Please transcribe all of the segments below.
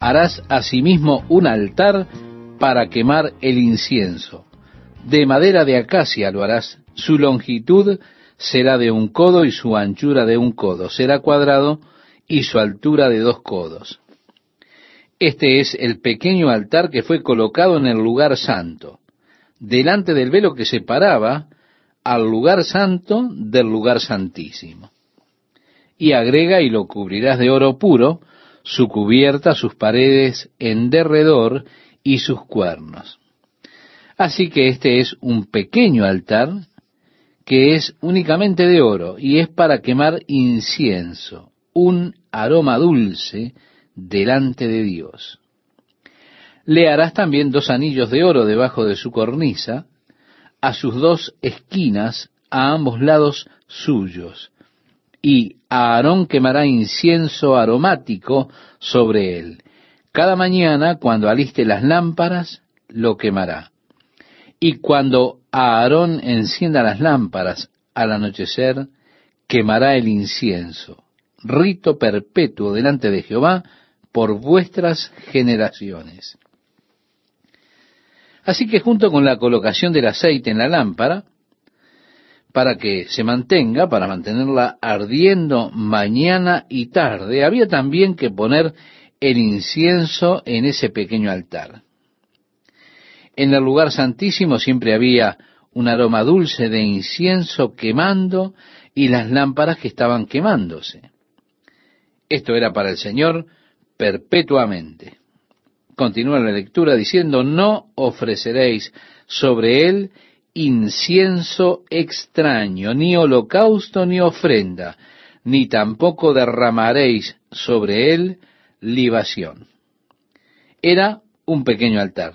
Harás asimismo un altar para quemar el incienso. De madera de acacia lo harás. Su longitud será de 1 codo y su anchura de 1 codo. Será cuadrado y su altura de 2 codos. Este es el pequeño altar que fue colocado en el lugar santo, delante del velo que separaba al lugar santo del lugar santísimo. Y agrega, y lo cubrirás de oro puro, su cubierta, sus paredes en derredor y sus cuernos. Así que este es un pequeño altar que es únicamente de oro y es para quemar incienso, un aroma dulce delante de Dios. Le harás también 2 anillos de oro debajo de su cornisa, a sus 2 esquinas, a ambos lados suyos, y Aarón quemará incienso aromático sobre él. Cada mañana, cuando aliste las lámparas, lo quemará. Y cuando Aarón encienda las lámparas al anochecer, quemará el incienso, rito perpetuo delante de Jehová por vuestras generaciones. Así que junto con la colocación del aceite en la lámpara, para que se mantenga, para mantenerla ardiendo mañana y tarde, había también que poner el incienso en ese pequeño altar. En el lugar santísimo siempre había un aroma dulce de incienso quemando y las lámparas que estaban quemándose. Esto era para el Señor perpetuamente. Continúa la lectura diciendo, no ofreceréis sobre él incienso extraño, ni holocausto ni ofrenda, ni tampoco derramaréis sobre él libación. Era un pequeño altar.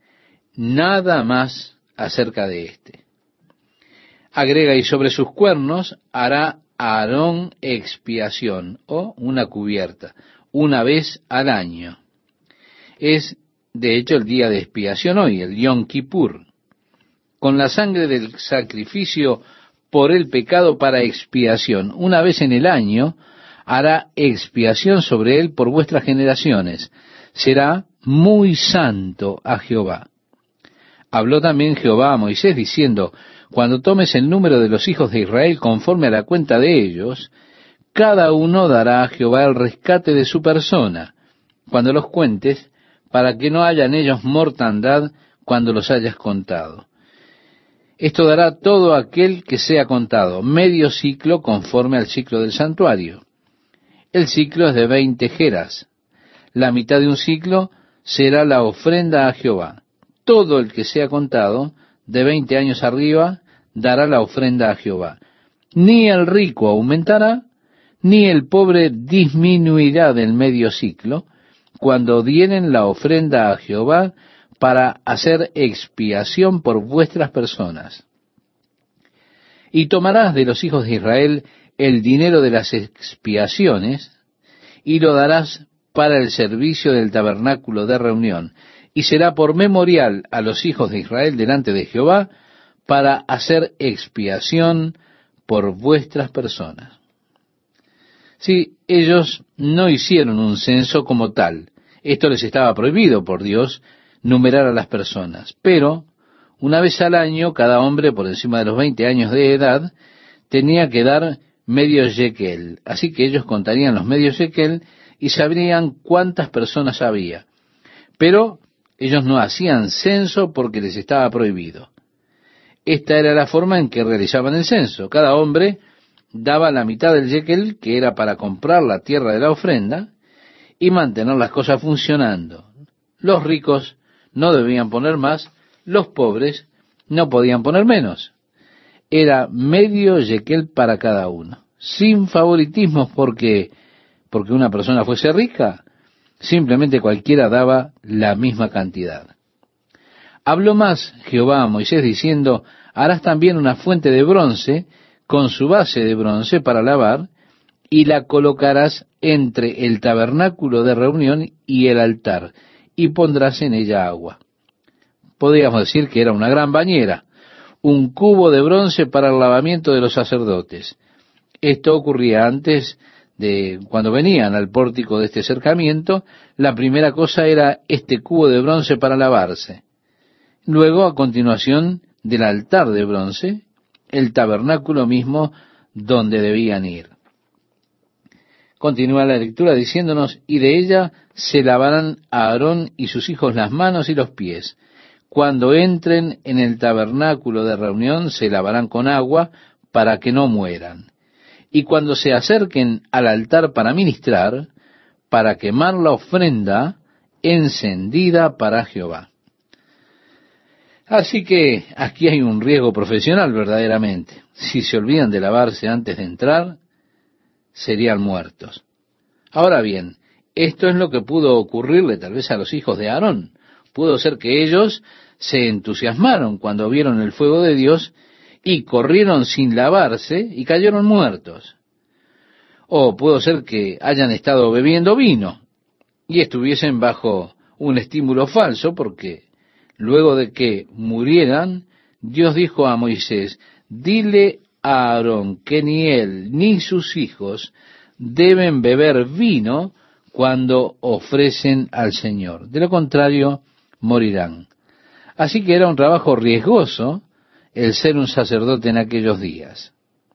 Nada más acerca de este. Agrega, y sobre sus cuernos hará Aarón expiación, o una cubierta, una vez al año. Es, de hecho, el día de expiación hoy, el Yom Kippur, con la sangre del sacrificio por el pecado para expiación. Una vez en el año hará expiación sobre él por vuestras generaciones. Será muy santo a Jehová. Habló también Jehová a Moisés diciendo, cuando tomes el número de los hijos de Israel conforme a la cuenta de ellos, cada uno dará a Jehová el rescate de su persona, cuando los cuentes, para que no haya en ellos mortandad cuando los hayas contado. Esto dará todo aquel que sea contado, medio ciclo conforme al ciclo del santuario. El ciclo es de 20 geras. La mitad de un ciclo será la ofrenda a Jehová. Todo el que sea contado, de 20 años arriba, dará la ofrenda a Jehová. Ni el rico aumentará, ni el pobre disminuirá del medio ciclo, cuando dieren la ofrenda a Jehová para hacer expiación por vuestras personas. Y tomarás de los hijos de Israel el dinero de las expiaciones, y lo darás para el servicio del tabernáculo de reunión, y será por memorial a los hijos de Israel delante de Jehová, para hacer expiación por vuestras personas. Sí, ellos no hicieron un censo como tal. Esto les estaba prohibido por Dios, numerar a las personas. Pero, una vez al año, cada hombre por encima de los 20 años de edad tenía que dar medio shekel. Así que ellos contarían los medios shekel y sabrían cuántas personas había. Pero ellos no hacían censo porque les estaba prohibido. Esta era la forma en que realizaban el censo. Cada hombre daba la mitad del shekel, que era para comprar la tierra de la ofrenda, y mantener las cosas funcionando. Los ricos no debían poner más, los pobres no podían poner menos. Era medio shekel para cada uno, sin favoritismos porque una persona fuese rica, simplemente cualquiera daba la misma cantidad. Habló más Jehová a Moisés diciendo, harás también una fuente de bronce con su base de bronce para lavar, y la colocarás entre el tabernáculo de reunión y el altar, y pondrás en ella agua. Podríamos decir que era una gran bañera, un cubo de bronce para el lavamiento de los sacerdotes. Esto ocurría antes de cuando venían al pórtico de este cercamiento, la primera cosa era este cubo de bronce para lavarse. Luego, a continuación del altar de bronce, el tabernáculo mismo donde debían ir. Continúa la lectura diciéndonos, y de ella se lavarán a Aarón y sus hijos las manos y los pies. Cuando entren en el tabernáculo de reunión, se lavarán con agua para que no mueran. Y cuando se acerquen al altar para ministrar, para quemar la ofrenda encendida para Jehová. Así que aquí hay un riesgo profesional verdaderamente. Si se olvidan de lavarse antes de entrar, serían muertos. Ahora bien, esto es lo que pudo ocurrirle tal vez a los hijos de Aarón. Pudo ser que ellos se entusiasmaron cuando vieron el fuego de Dios y corrieron sin lavarse y cayeron muertos. O pudo ser que hayan estado bebiendo vino y estuviesen bajo un estímulo falso porque luego de que murieran, Dios dijo a Moisés, dile a Aarón que ni él ni sus hijos deben beber vino cuando ofrecen al Señor. De lo contrario, morirán. Así que era un trabajo riesgoso el ser un sacerdote en aquellos días.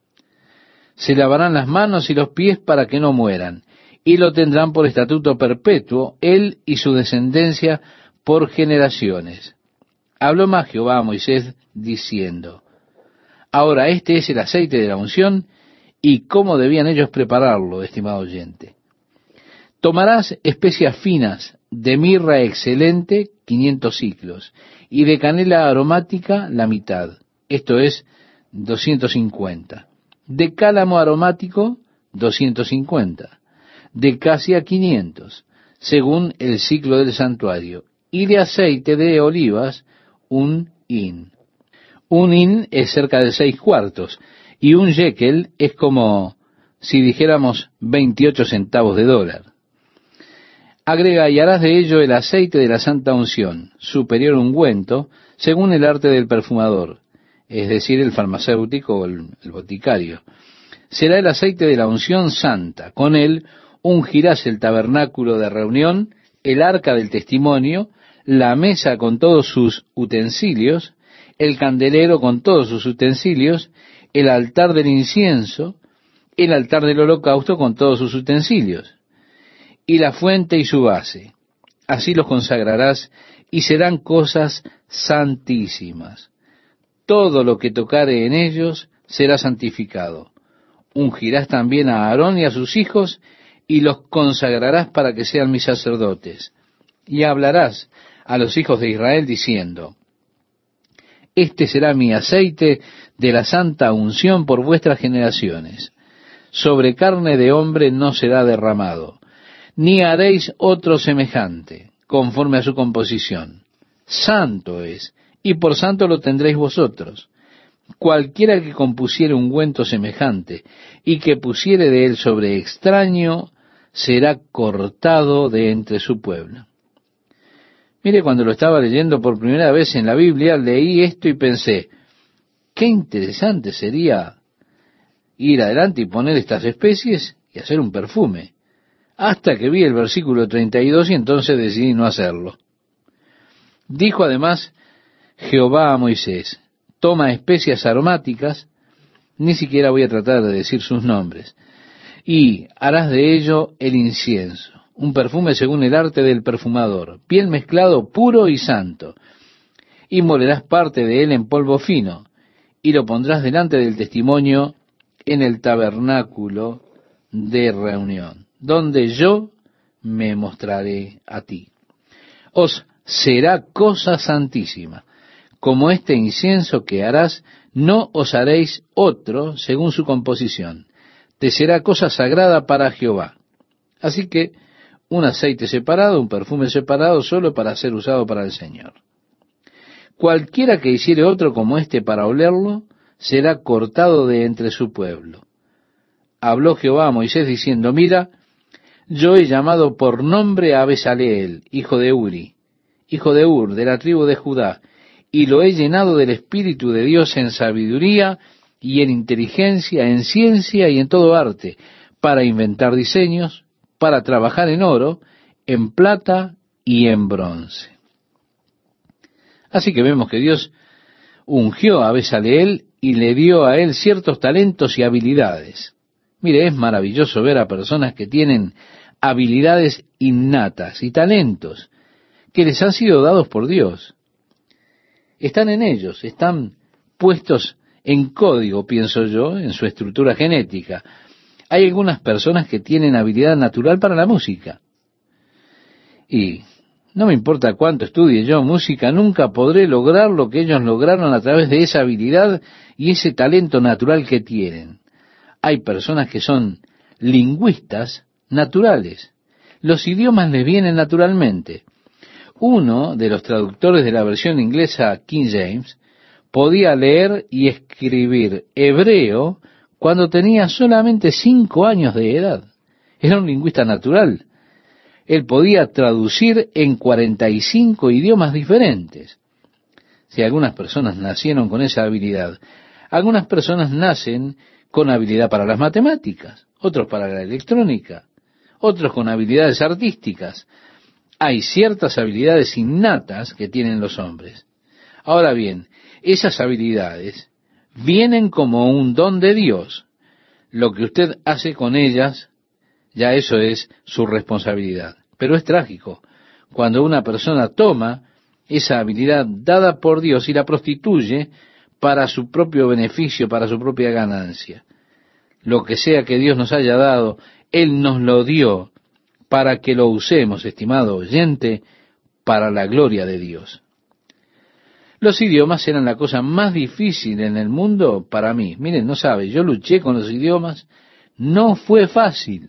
Se lavarán las manos y los pies para que no mueran, y lo tendrán por estatuto perpetuo, él y su descendencia por generaciones. Habló más Jehová a Moisés diciendo, ahora este es el aceite de la unción, y cómo debían ellos prepararlo, estimado oyente. Tomarás especias finas de mirra excelente, 500 siclos, y de canela aromática, la mitad, esto es 250. De cálamo aromático, 250. De casia, 500, según el ciclo del santuario. Y de aceite de olivas, un hin. Un hin es cerca de 6 cuartos, y un shekel es como si dijéramos 28 centavos de dólar. Agrega y harás de ello el aceite de la santa unción, superior ungüento, según el arte del perfumador, es decir, el farmacéutico o el boticario. Será el aceite de la unción santa. Con él ungirás el tabernáculo de reunión, el arca del testimonio, la mesa con todos sus utensilios, el candelero con todos sus utensilios, el altar del incienso, el altar del holocausto con todos sus utensilios, y la fuente y su base. Así los consagrarás y serán cosas santísimas. Todo lo que tocare en ellos será santificado. Ungirás también a Aarón y a sus hijos y los consagrarás para que sean mis sacerdotes. Y hablarás a los hijos de Israel diciendo, este será mi aceite de la santa unción por vuestras generaciones. Sobre carne de hombre no será derramado, ni haréis otro semejante, conforme a su composición. Santo es, y por santo lo tendréis vosotros. Cualquiera que compusiere ungüento semejante, y que pusiere de él sobre extraño, será cortado de entre su pueblo. Mire, cuando lo estaba leyendo por primera vez en la Biblia, leí esto y pensé, qué interesante sería ir adelante y poner estas especies y hacer un perfume. Hasta que vi el versículo 32 y entonces decidí no hacerlo. Dijo además Jehová a Moisés, toma especias aromáticas, ni siquiera voy a tratar de decir sus nombres, y harás de ello el incienso, un perfume según el arte del perfumador, bien mezclado, puro y santo, y molerás parte de él en polvo fino, y lo pondrás delante del testimonio en el tabernáculo de reunión, donde yo me mostraré a ti. Os será cosa santísima. Como este incienso que harás, no os haréis otro según su composición. Te será cosa sagrada para Jehová. Así que un aceite separado, un perfume separado, solo para ser usado para el Señor. Cualquiera que hiciere otro como este para olerlo, será cortado de entre su pueblo. Habló Jehová a Moisés diciendo, mira, yo he llamado por nombre a Besaleel, hijo de Uri, hijo de Ur, de la tribu de Judá, y lo he llenado del Espíritu de Dios en sabiduría y en inteligencia, en ciencia y en todo arte, para inventar diseños, para trabajar en oro, en plata y en bronce. Así que vemos que Dios ungió a Bezaleel y le dio a él ciertos talentos y habilidades. Mire, es maravilloso ver a personas que tienen habilidades innatas y talentos que les han sido dados por Dios. Están en ellos, están puestos en código, pienso yo, en su estructura genética. Hay algunas personas que tienen habilidad natural para la música. Y no me importa cuánto estudie yo música, nunca podré lograr lo que ellos lograron a través de esa habilidad y ese talento natural que tienen. Hay personas que son lingüistas naturales. Los idiomas les vienen naturalmente. Uno de los traductores de la versión inglesa King James podía leer y escribir hebreo cuando tenía solamente 5 años de edad. Era un lingüista natural. Él podía traducir en 45 idiomas diferentes. Si algunas personas nacieron con esa habilidad, algunas personas nacen con habilidad para las matemáticas, otros para la electrónica, otros con habilidades artísticas. Hay ciertas habilidades innatas que tienen los hombres. Ahora bien, esas habilidades vienen como un don de Dios. Lo que usted hace con ellas, ya eso es su responsabilidad. Pero es trágico cuando una persona toma esa habilidad dada por Dios y la prostituye para su propio beneficio, para su propia ganancia. Lo que sea que Dios nos haya dado, Él nos lo dio para que lo usemos, estimado oyente, para la gloria de Dios. Los idiomas eran la cosa más difícil en el mundo para mí. Miren, no sabe, yo luché con los idiomas, no fue fácil.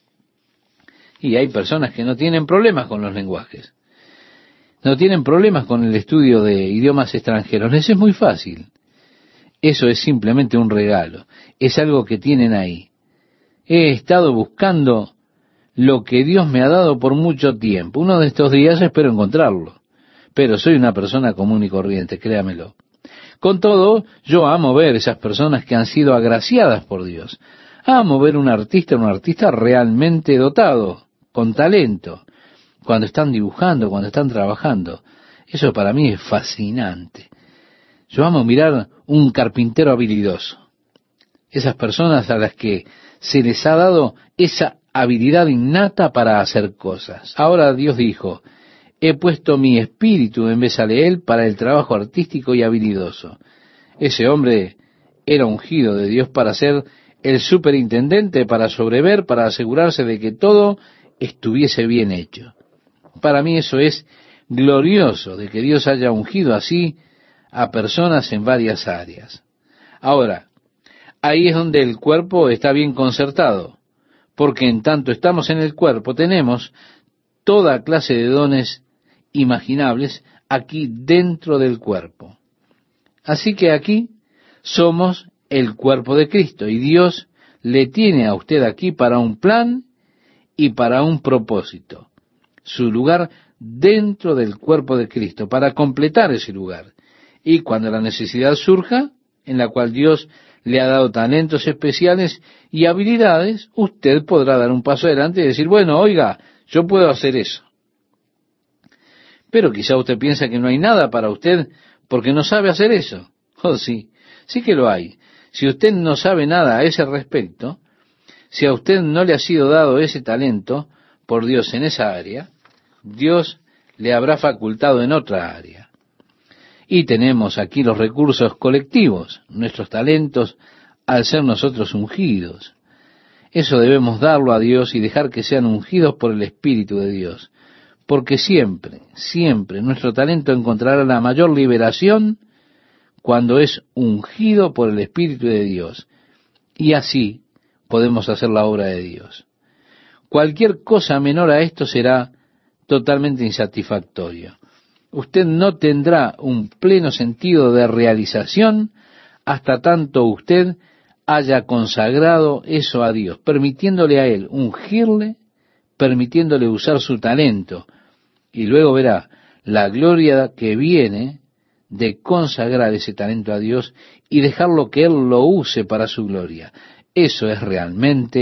Y hay personas que no tienen problemas con los lenguajes. No tienen problemas con el estudio de idiomas extranjeros. Les es muy fácil. Eso es simplemente un regalo. Es algo que tienen ahí. He estado buscando lo que Dios me ha dado por mucho tiempo. Uno de estos días espero encontrarlo. Pero soy una persona común y corriente, créamelo. Con todo, yo amo ver esas personas que han sido agraciadas por Dios. Amo ver un artista realmente dotado, con talento, cuando están dibujando, cuando están trabajando. Eso para mí es fascinante. Yo amo mirar un carpintero habilidoso. Esas personas a las que se les ha dado esa habilidad innata para hacer cosas. Ahora Dios dijo, he puesto mi espíritu en Bezaleel para el trabajo artístico y habilidoso. Ese hombre era ungido de Dios para ser el superintendente, para sobrever, para asegurarse de que todo estuviese bien hecho. Para mí eso es glorioso, de que Dios haya ungido así a personas en varias áreas. Ahora, ahí es donde el cuerpo está bien concertado, porque en tanto estamos en el cuerpo, tenemos toda clase de dones imaginables aquí dentro del cuerpo. Así que aquí somos el cuerpo de Cristo y Dios le tiene a usted aquí para un plan y para un propósito. Su lugar dentro del cuerpo de Cristo, para completar ese lugar. Y cuando la necesidad surja, en la cual Dios le ha dado talentos especiales y habilidades, usted podrá dar un paso adelante y decir, bueno, oiga, yo puedo hacer eso. Pero quizá usted piensa que no hay nada para usted porque no sabe hacer eso. Oh, sí, sí que lo hay. Si usted no sabe nada a ese respecto, si a usted no le ha sido dado ese talento por Dios en esa área, Dios le habrá facultado en otra área. Y tenemos aquí los recursos colectivos, nuestros talentos, al ser nosotros ungidos. Eso debemos darlo a Dios y dejar que sean ungidos por el Espíritu de Dios. Porque siempre, siempre nuestro talento encontrará la mayor liberación cuando es ungido por el Espíritu de Dios. Y así podemos hacer la obra de Dios. Cualquier cosa menor a esto será totalmente insatisfactorio. Usted no tendrá un pleno sentido de realización hasta tanto usted haya consagrado eso a Dios, permitiéndole a Él ungirle, permitiéndole usar su talento, y luego verá la gloria que viene de consagrar ese talento a Dios y dejarlo que Él lo use para su gloria. Eso es realmente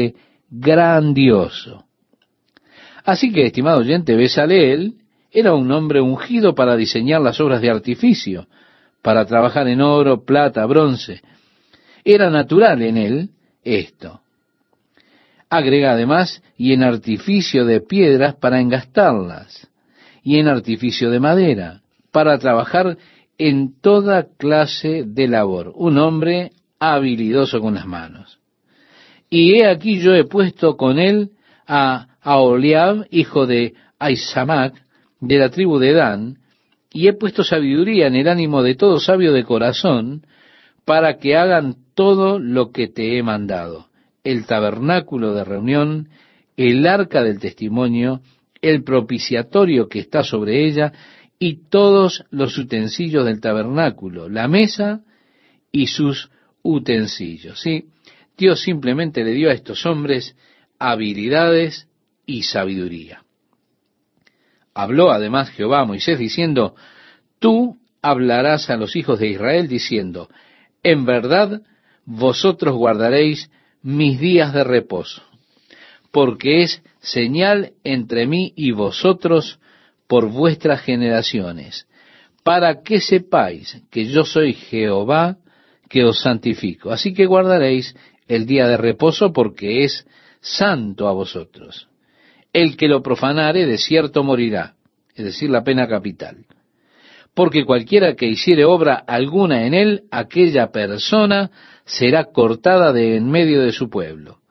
grandioso. Así que, estimado oyente, Bezaleel era un hombre ungido para diseñar las obras de artificio, para trabajar en oro, plata, bronce. Era natural en él esto. Agrega además, y en artificio de piedras para engastarlas, y en artificio de madera, para trabajar en toda clase de labor. Un hombre habilidoso con las manos. Y he aquí yo he puesto con él a Aholiab, hijo de Ahisamac, de la tribu de Dan, y he puesto sabiduría en el ánimo de todo sabio de corazón, para que hagan todo lo que te he mandado: el tabernáculo de reunión, el arca del testimonio, el propiciatorio que está sobre ella, y todos los utensilios del tabernáculo, la mesa y sus utensilios. ¿Sí? Dios simplemente le dio a estos hombres habilidades y sabiduría. Habló además Jehová a Moisés diciendo: tú hablarás a los hijos de Israel diciendo: en verdad vosotros guardaréis mis días de reposo, porque es señal entre mí y vosotros por vuestras generaciones, para que sepáis que yo soy Jehová, que os santifico. Así que guardaréis el día de reposo, porque es santo a vosotros. El que lo profanare, de cierto morirá, es decir, la pena capital. Porque cualquiera que hiciere obra alguna en él, aquella persona será cortada de en medio de su pueblo.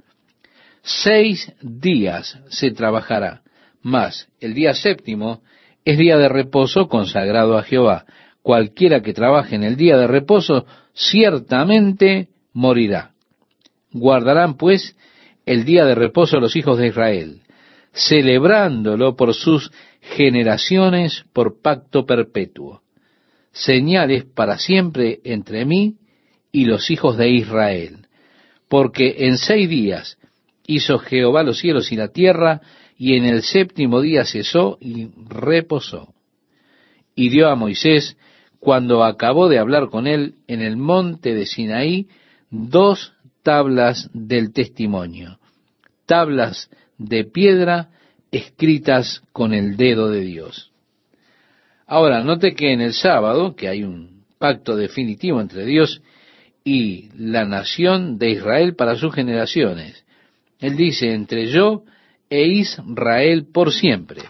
6 días se trabajará, mas el día séptimo es día de reposo consagrado a Jehová. Cualquiera que trabaje en el día de reposo, ciertamente morirá. Guardarán pues el día de reposo los hijos de Israel, celebrándolo por sus generaciones por pacto perpetuo. Señales para siempre entre mí y los hijos de Israel. Porque en 6 días hizo Jehová los cielos y la tierra, y en el séptimo día cesó y reposó. Y dio a Moisés, cuando acabó de hablar con él en el monte de Sinaí, 2 tablas del testimonio, tablas de piedra escritas con el dedo de Dios. Ahora, note que en el sábado, que hay un pacto definitivo entre Dios y la nación de Israel para sus generaciones. Él dice: entre yo e Israel por siempre.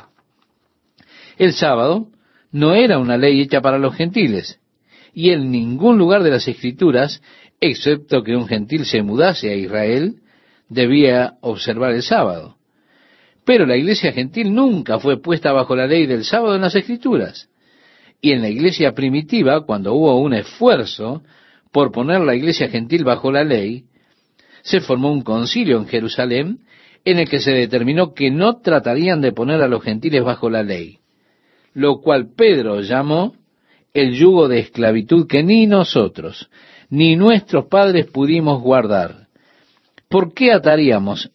El sábado no era una ley hecha para los gentiles, y en ningún lugar de las Escrituras, excepto que un gentil se mudase a Israel, debía observar el sábado. Pero la iglesia gentil nunca fue puesta bajo la ley del sábado en las Escrituras. Y en la iglesia primitiva, cuando hubo un esfuerzo por poner la iglesia gentil bajo la ley, se formó un concilio en Jerusalén en el que se determinó que no tratarían de poner a los gentiles bajo la ley, lo cual Pedro llamó el yugo de esclavitud que ni nosotros, ni nuestros padres pudimos guardar. ¿Por qué ataríamos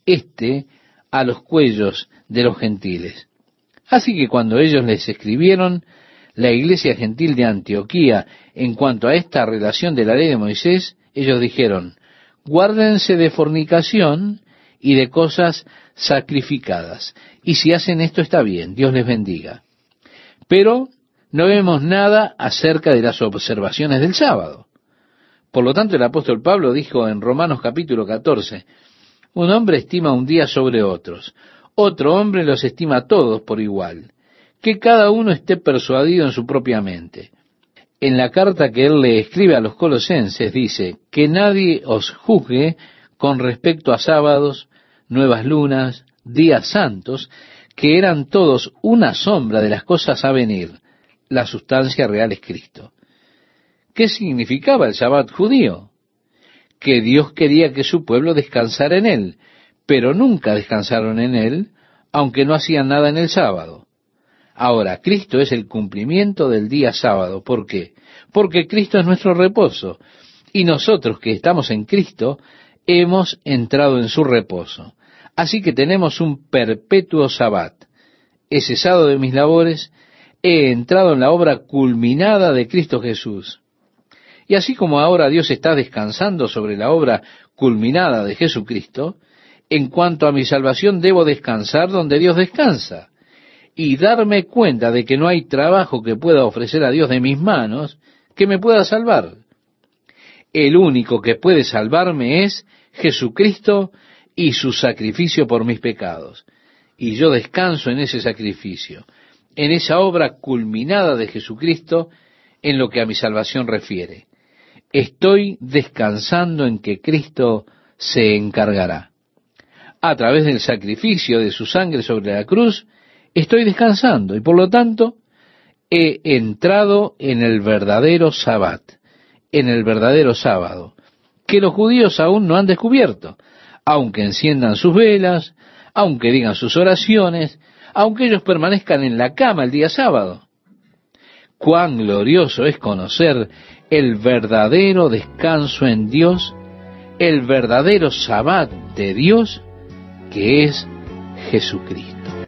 a los cuellos de los gentiles? Así que cuando ellos les escribieron, la iglesia gentil de Antioquía, en cuanto a esta relación de la ley de Moisés, ellos dijeron: guárdense de fornicación y de cosas sacrificadas. Y si hacen esto está bien, Dios les bendiga. Pero no vemos nada acerca de las observaciones del sábado. Por lo tanto, el apóstol Pablo dijo en Romanos capítulo 14, un hombre estima un día sobre otros, otro hombre los estima todos por igual, que cada uno esté persuadido en su propia mente. En la carta que él le escribe a los colosenses dice: que nadie os juzgue con respecto a sábados, nuevas lunas, días santos, que eran todos una sombra de las cosas a venir. La sustancia real es Cristo. ¿Qué significaba el Sabbat judío? Que Dios quería que su pueblo descansara en él, pero nunca descansaron en él, aunque no hacían nada en el sábado. Ahora, Cristo es el cumplimiento del día sábado. ¿Por qué? Porque Cristo es nuestro reposo, y nosotros que estamos en Cristo hemos entrado en su reposo. Así que tenemos un perpetuo Sabbat. He cesado de mis labores, he entrado en la obra culminada de Cristo Jesús. Y así como ahora Dios está descansando sobre la obra culminada de Jesucristo, En cuanto a mi salvación, debo descansar donde Dios descansa y darme cuenta de que no hay trabajo que pueda ofrecer a Dios de mis manos que me pueda salvar. El único que puede salvarme es Jesucristo y su sacrificio por mis pecados. Y yo descanso en ese sacrificio, en esa obra culminada de Jesucristo en lo que a mi salvación refiere. Estoy descansando en que Cristo se encargará. A través del sacrificio de su sangre sobre la cruz, estoy descansando y por lo tanto he entrado en el verdadero Sabbat, en el verdadero sábado, que los judíos aún no han descubierto, aunque enciendan sus velas, aunque digan sus oraciones, aunque ellos permanezcan en la cama el día sábado. Cuán glorioso es conocer el verdadero descanso en Dios, el verdadero Sabbat de Dios, que es Jesucristo.